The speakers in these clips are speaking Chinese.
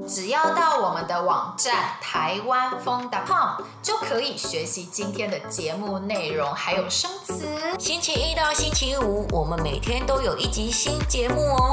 只要到我们的网站台湾风 .com 就可以学习今天的节目内容，还有生词。 星期一到星期五，我们每天都有一集新节目哦。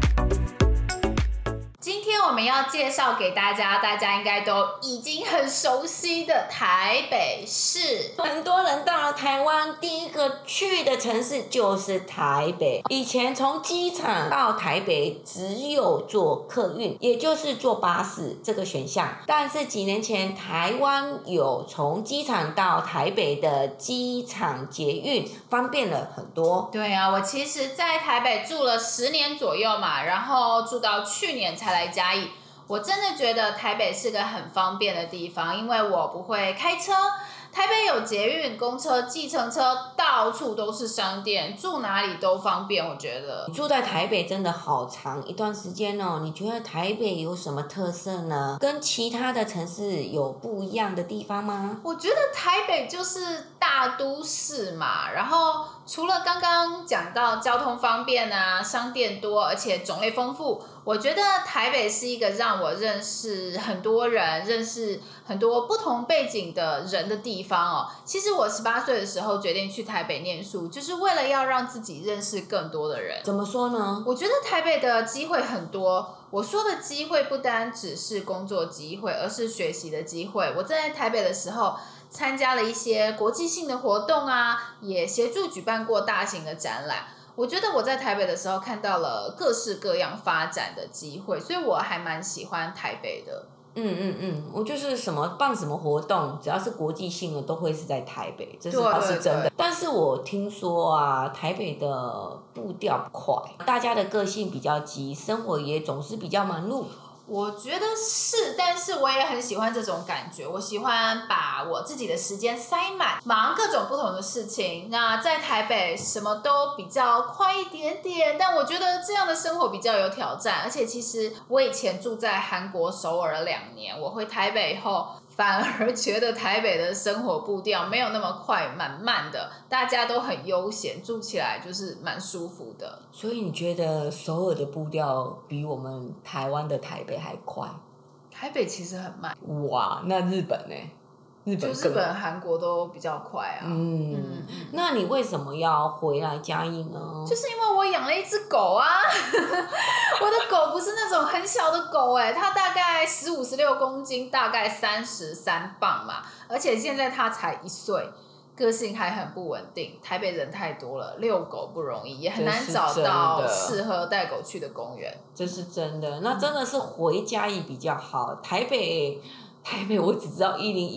今天我们要介绍给大家，大家应该都已经很熟悉的台北市。 很多人到了台湾，第一个去的城市就是台北。以前从机场到台北只有坐客运，也就是坐巴士这个选项。但是几年前，台湾有从机场到台北的机场捷运，方便了很多。 对啊，我其实在台北住了10年左右嘛，然后住到去年才来嘉义。我真的觉得台北是个很方便的地方，因为我不会开车。台北有捷运、公车、计程车，到处都是商店，住哪里都方便。我觉得你住在台北真的好长一段时间哦。你觉得台北有什么特色呢？跟其他的城市有不一样的地方吗？ 我觉得台北就是大都市嘛，然后除了刚刚讲到交通方便啊，商店多，而且种类丰富，我觉得台北是一个让我认识很多人、认识很多不同背景的人的地方哦。其实我18岁的时候决定去台北念书，就是为了要让自己认识更多的人。 怎么说呢？ 我觉得台北的机会很多。我说的机会不单只是工作机会，而是学习的机会。我在台北的时候参加了一些国际性的活动啊，也协助举办过大型的展览。我觉得我在台北的时候看到了各式各样发展的机会，所以我还蛮喜欢台北的。 我就是什么办什么活动，只要是国际性的都会是在台北，这是对倒是真的。 对， 但是我听说啊，台北的步调快，大家的个性比较急，生活也总是比较忙碌。 我觉得是，但是我也很喜欢这种感觉。我喜欢把我自己的时间塞满，忙各种不同的事情。那在台北什么都比较快一点点，但我觉得这样的生活比较有挑战。而且其实我以前住在韩国首尔2年，我回台北以后反而觉得台北的生活步调没有那么快，蛮慢的，大家都很悠闲，住起来就是蛮舒服的。 所以你觉得首尔的步调比我们台湾的台北还快？ 台北其实很慢。 哇，那日本呢？日本、韩国都比较快啊。 那你为什么要回来嘉义呢？ 就是因为我养了一只狗啊。我的狗不是那种很小的狗它大概15、16公斤，大概33磅嘛，而且现在它才1岁。个性还很不稳定，台北人太多了，遛狗不容易，也很难找到适合带狗去的公园。 这是真的，那真的是回嘉义比较好。台北我只知道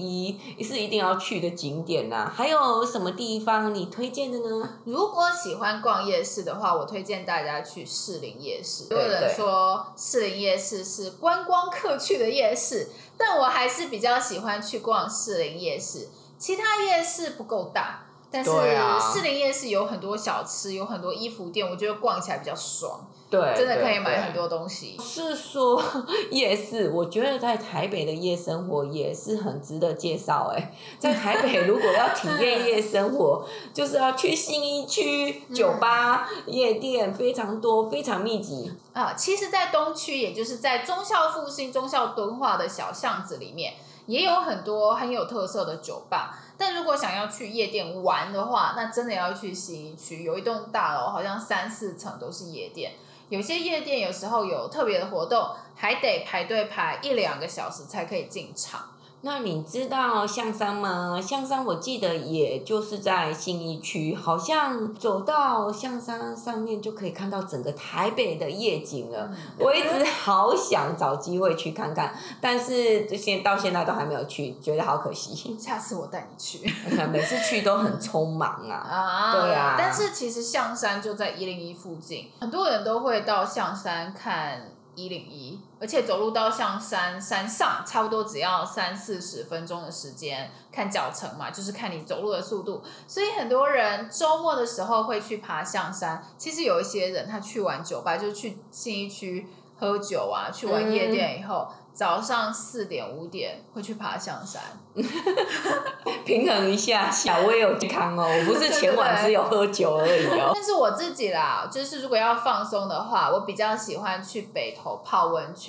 101是一定要去的景点啊，还有什么地方你推荐的呢？ 如果喜欢逛夜市的话，我推荐大家去士林夜市。有人说士林夜市是观光客去的夜市，但我还是比较喜欢去逛士林夜市。其他夜市不够大，但是士林夜市有很多小吃，有很多衣服店，我觉得逛起来比较爽。 对， 真的可以买很多东西。 是说夜市，我觉得在台北的夜生活也是很值得介绍在台北如果要体验夜生活，就是要去信义区，酒吧、夜店非常多，非常密集。 其实在东区，也就是在忠孝复兴、忠孝敦化的小巷子里面，也有很多很有特色的酒吧。但如果想要去夜店玩的话，那真的要去信义区，有一栋大楼，好像3、4层都是夜店。有些夜店有时候有特别的活动，还得排队排1、2个小时才可以进场。 那你知道象山吗？象山我记得也就是在信义区，好像走到象山上面就可以看到整个台北的夜景了。我一直好想找机会去看看，但是到现在都还没有去，觉得好可惜。 下次我带你去。 每次去都很匆忙啊。对啊。 但是其实象山就在101附近，很多人都会到象山看101，而且走路到象山山上差不多只要30-40分钟的时间，看脚程嘛，就是看你走路的速度。所以很多人周末的时候会去爬象山。其实有一些人他去完酒吧，就是去信义区喝酒啊，去完夜店以后，早上4点5点会去爬象山。 平衡一下，我也有健康哦，我不是前晚只有喝酒而已哦。 但是我自己啦，就是如果要放松的话，我比较喜欢去北投泡温泉。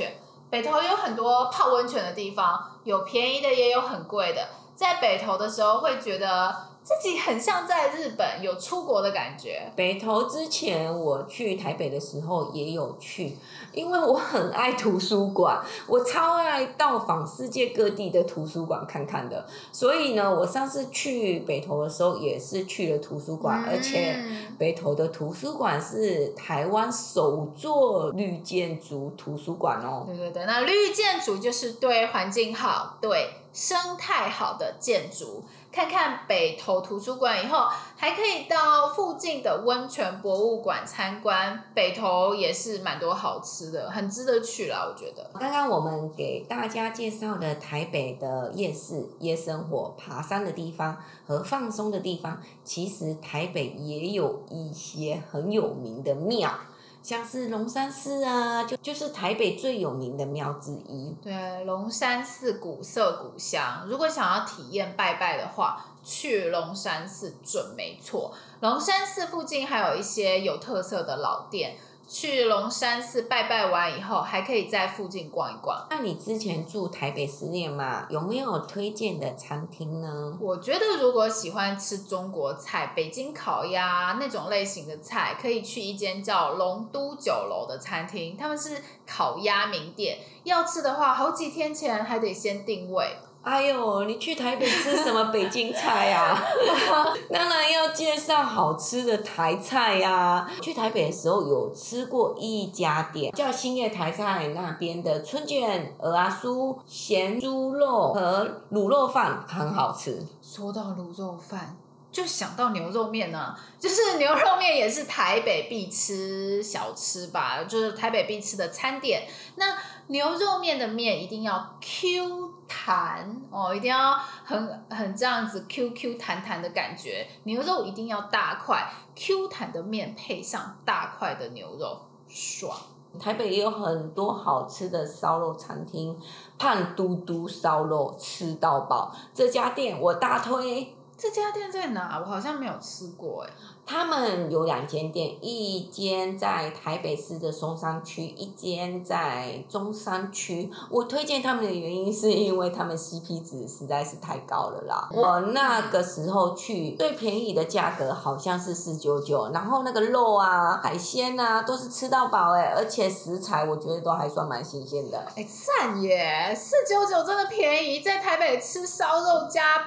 北投有很多泡温泉的地方，有便宜的也有很贵的。在北投的时候会觉得自己很像在日本，有出国的感觉。 北投之前我去台北的时候也有去，因为我很爱图书馆，我超爱到访世界各地的图书馆看看的。所以呢，我上次去北投的时候也是去了图书馆，而且北投的图书馆是台湾首座绿建筑图书馆哦。 对对对，那绿建筑就是对环境好、对生态好的建筑。看看北投图书馆以后，还可以到附近的温泉博物馆参观。北投也是蛮多好吃的，很值得去啦，我觉得。 刚刚我们给大家介绍的台北的夜市、夜生活、爬山的地方和放松的地方，其实台北也有一些很有名的庙。像是龙山寺啊，就是台北最有名的庙之一。 对，龙山寺古色古香，如果想要体验拜拜的话，去龙山寺准没错。龙山寺附近还有一些有特色的老店，去龙山寺拜拜完以后，还可以在附近逛一逛。 那你之前住台北10年嘛，有没有推荐的餐厅呢？ 我觉得如果喜欢吃中国菜，北京烤鸭那种类型的菜，可以去一间叫龙都酒楼的餐厅，他们是烤鸭名店。要吃的话，好几天前还得先定位。 哎呦，你去台北吃什么北京菜啊？当然要介绍好吃的台菜呀。去台北的时候有吃过一家店，叫兴业台菜那边的春卷、蚵仔酥、咸猪肉和卤肉饭很好吃。 说到卤肉饭，就想到牛肉面呢，就是牛肉面也是台北必吃小吃吧，就是台北必吃的餐点。那牛肉面的面一定要 Q 弹哦，一定要很这样子 QQ 弹弹的感觉。牛肉一定要大块 ，Q 弹的面配上大块的牛肉，爽。 台北也有很多好吃的烧肉餐厅，胖嘟嘟烧肉吃到饱，这家店我大推。 这家店在哪？我好像没有吃过哎。 他们有2间店，一间在台北市的松山区，一间在中山区。我推荐他们的原因是因为他们 CP 值实在是太高了啦。我那个时候去最便宜的价格好像是499，然后那个肉啊、海鲜啊都是吃到饱哎，而且食材我觉得都还算蛮新鲜的。 哎，赞耶！499真的便宜，在台北吃烧肉加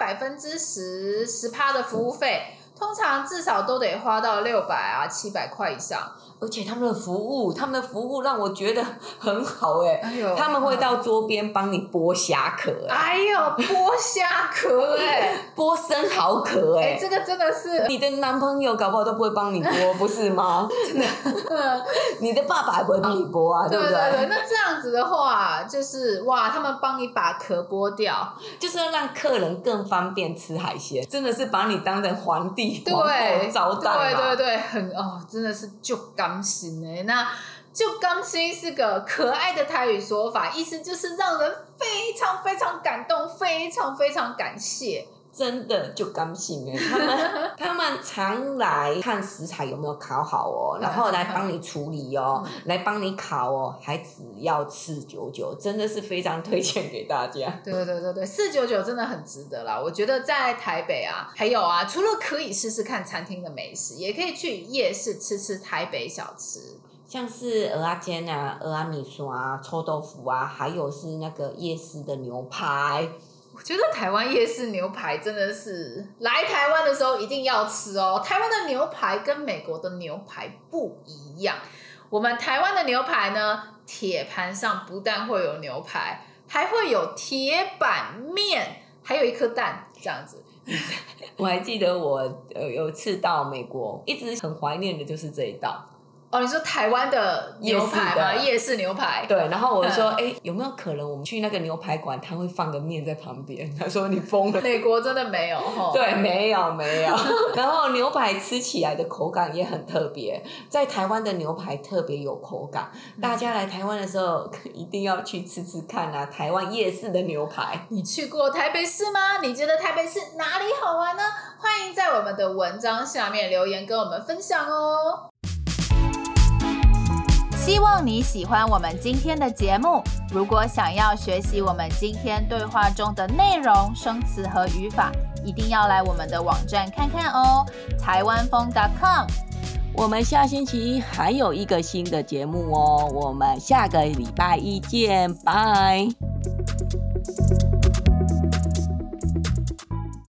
10%的服务费。通常至少都得花到600啊700块以上， 而且他们的服务让我觉得很好哎，他们会到桌边帮你剥虾壳哎呦，剥虾壳哎， 剥生蚝壳哎， 这个真的是你的男朋友搞不好都不会帮你剥，不是吗？真的，你的爸爸也不会帮你剥啊，对不对？ 对，那这样子的话，就是哇，他们帮你把壳剥掉， 就是要让客人更方便吃海鲜，真的是把你当成皇帝。 对， 招待嘛， 对，真的是就甘心哎。那就甘心是个可爱的台语说法，意思就是让人非常非常感动，非常非常感谢。 真的就甘心哎，他们常来看食材有没有烤好哦，然后来帮你处理哦，来帮你烤哦，还只要499，真的是非常推荐给大家。 对，499真的很值得啦。我觉得在台北啊，还有啊，除了可以试试看餐厅的美食，也可以去夜市吃吃台北小吃。 像是蚵仔煎啊、蚵仔米线啊、臭豆腐啊，还有是那个夜市的牛排。 我觉得台湾夜市牛排真的是来台湾的时候一定要吃哦。台湾的牛排跟美国的牛排不一样，我们台湾的牛排呢，铁盘上不但会有牛排，还会有铁板面，还有一颗蛋这样子。 我还记得我有次到美国，一直很怀念的就是这一道。 哦，你说台湾的牛排吗？夜市牛排。 对，然后我就说，有没有可能我们去那个牛排馆，他会放个面在旁边？他说你疯了。 美国真的没有齁。 对，没有。然后牛排吃起来的口感也很特别，在台湾的牛排特别有口感。大家来台湾的时候一定要去吃吃看啊，台湾夜市的牛排。 你去过台北市吗？你觉得台北市哪里好玩呢？欢迎在我们的文章下面留言跟我们分享哦。 希望你喜欢我们今天的节目。如果想要学习我们今天对话中的内容、生词和语法，一定要来我们的网站看看哦，台湾风.com。 我们下星期还有一个新的节目哦，我们下个礼拜一见，拜。